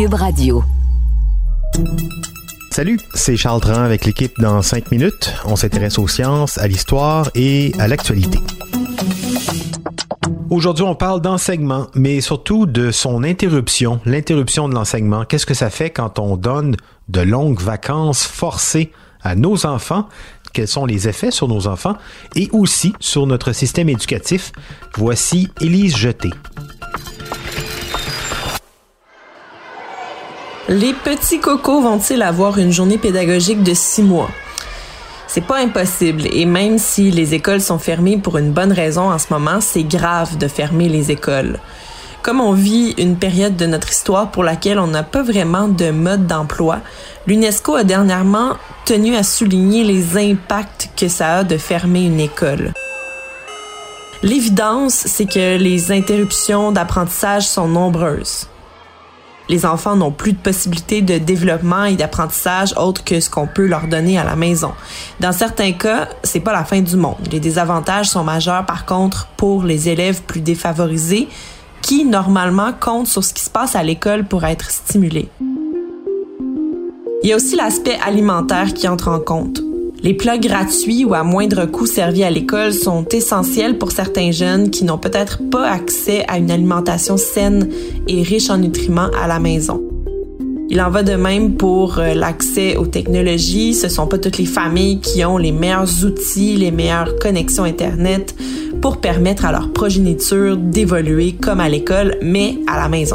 Cube Radio. Salut, c'est Charles Dran avec l'équipe dans 5 minutes. On s'intéresse aux sciences, à l'histoire et à l'actualité. Aujourd'hui, on parle d'enseignement, mais surtout de son interruption, l'interruption de l'enseignement. Qu'est-ce que ça fait quand on donne de longues vacances forcées à nos enfants? Quels sont les effets sur nos enfants et aussi sur notre système éducatif? Voici Élise Jeté. Les petits cocos vont-ils avoir une journée pédagogique de 6 mois? C'est pas impossible, et même si les écoles sont fermées pour une bonne raison en ce moment, c'est grave de fermer les écoles. Comme on vit une période de notre histoire pour laquelle on n'a pas vraiment de mode d'emploi, l'UNESCO a dernièrement tenu à souligner les impacts que ça a de fermer une école. L'évidence, c'est que les interruptions d'apprentissage sont nombreuses. Les enfants n'ont plus de possibilités de développement et d'apprentissage autre que ce qu'on peut leur donner à la maison. Dans certains cas, c'est pas la fin du monde. Les désavantages sont majeurs, par contre, pour les élèves plus défavorisés qui, normalement, comptent sur ce qui se passe à l'école pour être stimulés. Il y a aussi l'aspect alimentaire qui entre en compte. Les plats gratuits ou à moindre coût servis à l'école sont essentiels pour certains jeunes qui n'ont peut-être pas accès à une alimentation saine et riche en nutriments à la maison. Il en va de même pour l'accès aux technologies. Ce sont pas toutes les familles qui ont les meilleurs outils, les meilleures connexions Internet pour permettre à leur progéniture d'évoluer comme à l'école, mais à la maison.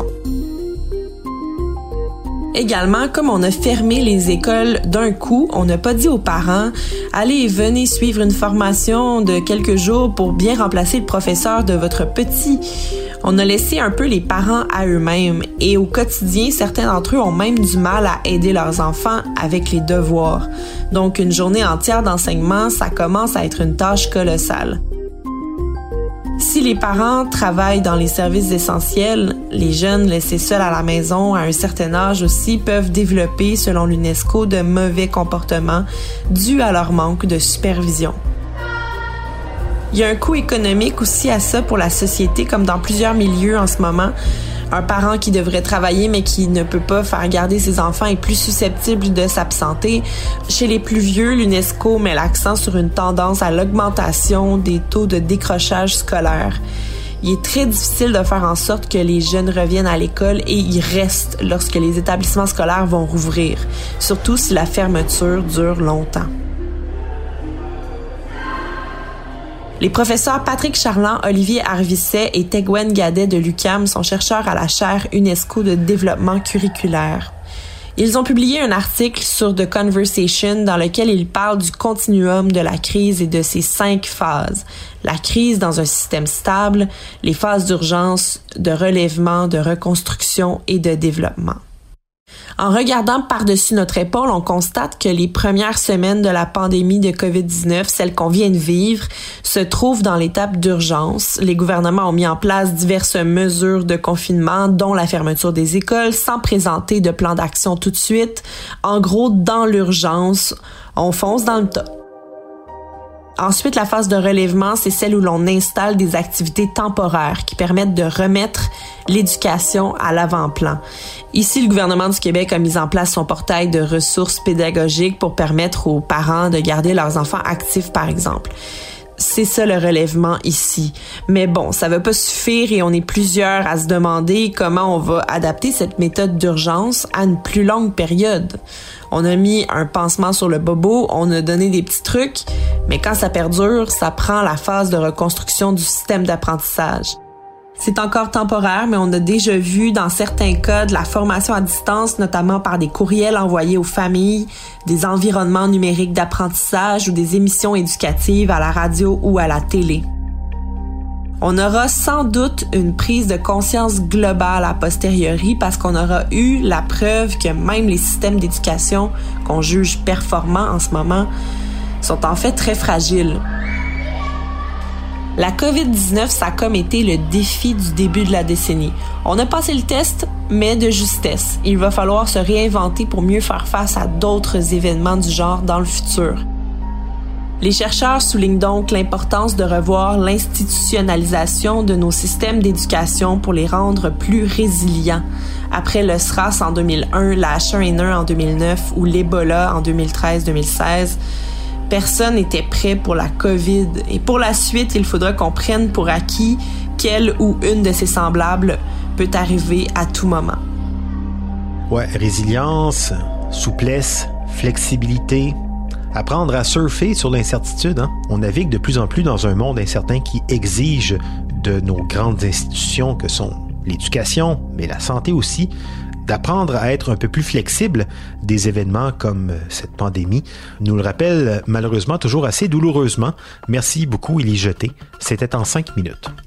Également, comme on a fermé les écoles d'un coup, on n'a pas dit aux parents « Allez, venez suivre une formation de quelques jours pour bien remplacer le professeur de votre petit ». On a laissé un peu les parents à eux-mêmes et au quotidien, certains d'entre eux ont même du mal à aider leurs enfants avec les devoirs. Donc, une journée entière d'enseignement, ça commence à être une tâche colossale. Si les parents travaillent dans les services essentiels, les jeunes laissés seuls à la maison à un certain âge aussi peuvent développer, selon l'UNESCO, de mauvais comportements dus à leur manque de supervision. Il y a un coût économique aussi à ça pour la société, comme dans plusieurs milieux en ce moment. Un parent qui devrait travailler mais qui ne peut pas faire garder ses enfants est plus susceptible de s'absenter. Chez les plus vieux, l'UNESCO met l'accent sur une tendance à l'augmentation des taux de décrochage scolaire. Il est très difficile de faire en sorte que les jeunes reviennent à l'école et y restent lorsque les établissements scolaires vont rouvrir, surtout si la fermeture dure longtemps. Les professeurs Patrick Charland, Olivier Harvisset et Tegwen Gadet de l'UQAM sont chercheurs à la chaire UNESCO de développement curriculaire. Ils ont publié un article sur The Conversation dans lequel ils parlent du continuum de la crise et de ses 5 phases. La crise dans un système stable, les phases d'urgence, de relèvement, de reconstruction et de développement. En regardant par-dessus notre épaule, on constate que les premières semaines de la pandémie de COVID-19, celle qu'on vient de vivre, se trouvent dans l'étape d'urgence. Les gouvernements ont mis en place diverses mesures de confinement, dont la fermeture des écoles, sans présenter de plan d'action tout de suite. En gros, dans l'urgence, on fonce dans le tas. Ensuite, la phase de relèvement, c'est celle où l'on installe des activités temporaires qui permettent de remettre l'éducation à l'avant-plan. Ici, le gouvernement du Québec a mis en place son portail de ressources pédagogiques pour permettre aux parents de garder leurs enfants actifs, par exemple. C'est ça le relèvement ici. Mais bon, ça va pas suffire et on est plusieurs à se demander comment on va adapter cette méthode d'urgence à une plus longue période. On a mis un pansement sur le bobo, on a donné des petits trucs, mais quand ça perdure, ça prend la phase de reconstruction du système d'apprentissage. C'est encore temporaire, mais on a déjà vu dans certains cas de la formation à distance, notamment par des courriels envoyés aux familles, des environnements numériques d'apprentissage ou des émissions éducatives à la radio ou à la télé. On aura sans doute une prise de conscience globale a posteriori parce qu'on aura eu la preuve que même les systèmes d'éducation qu'on juge performants en ce moment sont en fait très fragiles. La COVID-19, ça a comme été le défi du début de la décennie. On a passé le test, mais de justesse. Il va falloir se réinventer pour mieux faire face à d'autres événements du genre dans le futur. Les chercheurs soulignent donc l'importance de revoir l'institutionnalisation de nos systèmes d'éducation pour les rendre plus résilients. Après le SRAS en 2001, la H1N1 en 2009 ou l'Ebola en 2013-2016, personne n'était prêt pour la COVID. Et pour la suite, il faudra qu'on prenne pour acquis qu'elle ou une de ses semblables peut arriver à tout moment. Ouais, résilience, souplesse, flexibilité, apprendre à surfer sur l'incertitude. On navigue de plus en plus dans un monde incertain qui exige de nos grandes institutions que sont l'éducation, mais la santé aussi, d'apprendre à être un peu plus flexible. Des événements comme cette pandémie nous le rappellent malheureusement toujours assez douloureusement. Merci beaucoup, Élie Jeté. C'était en 5 minutes.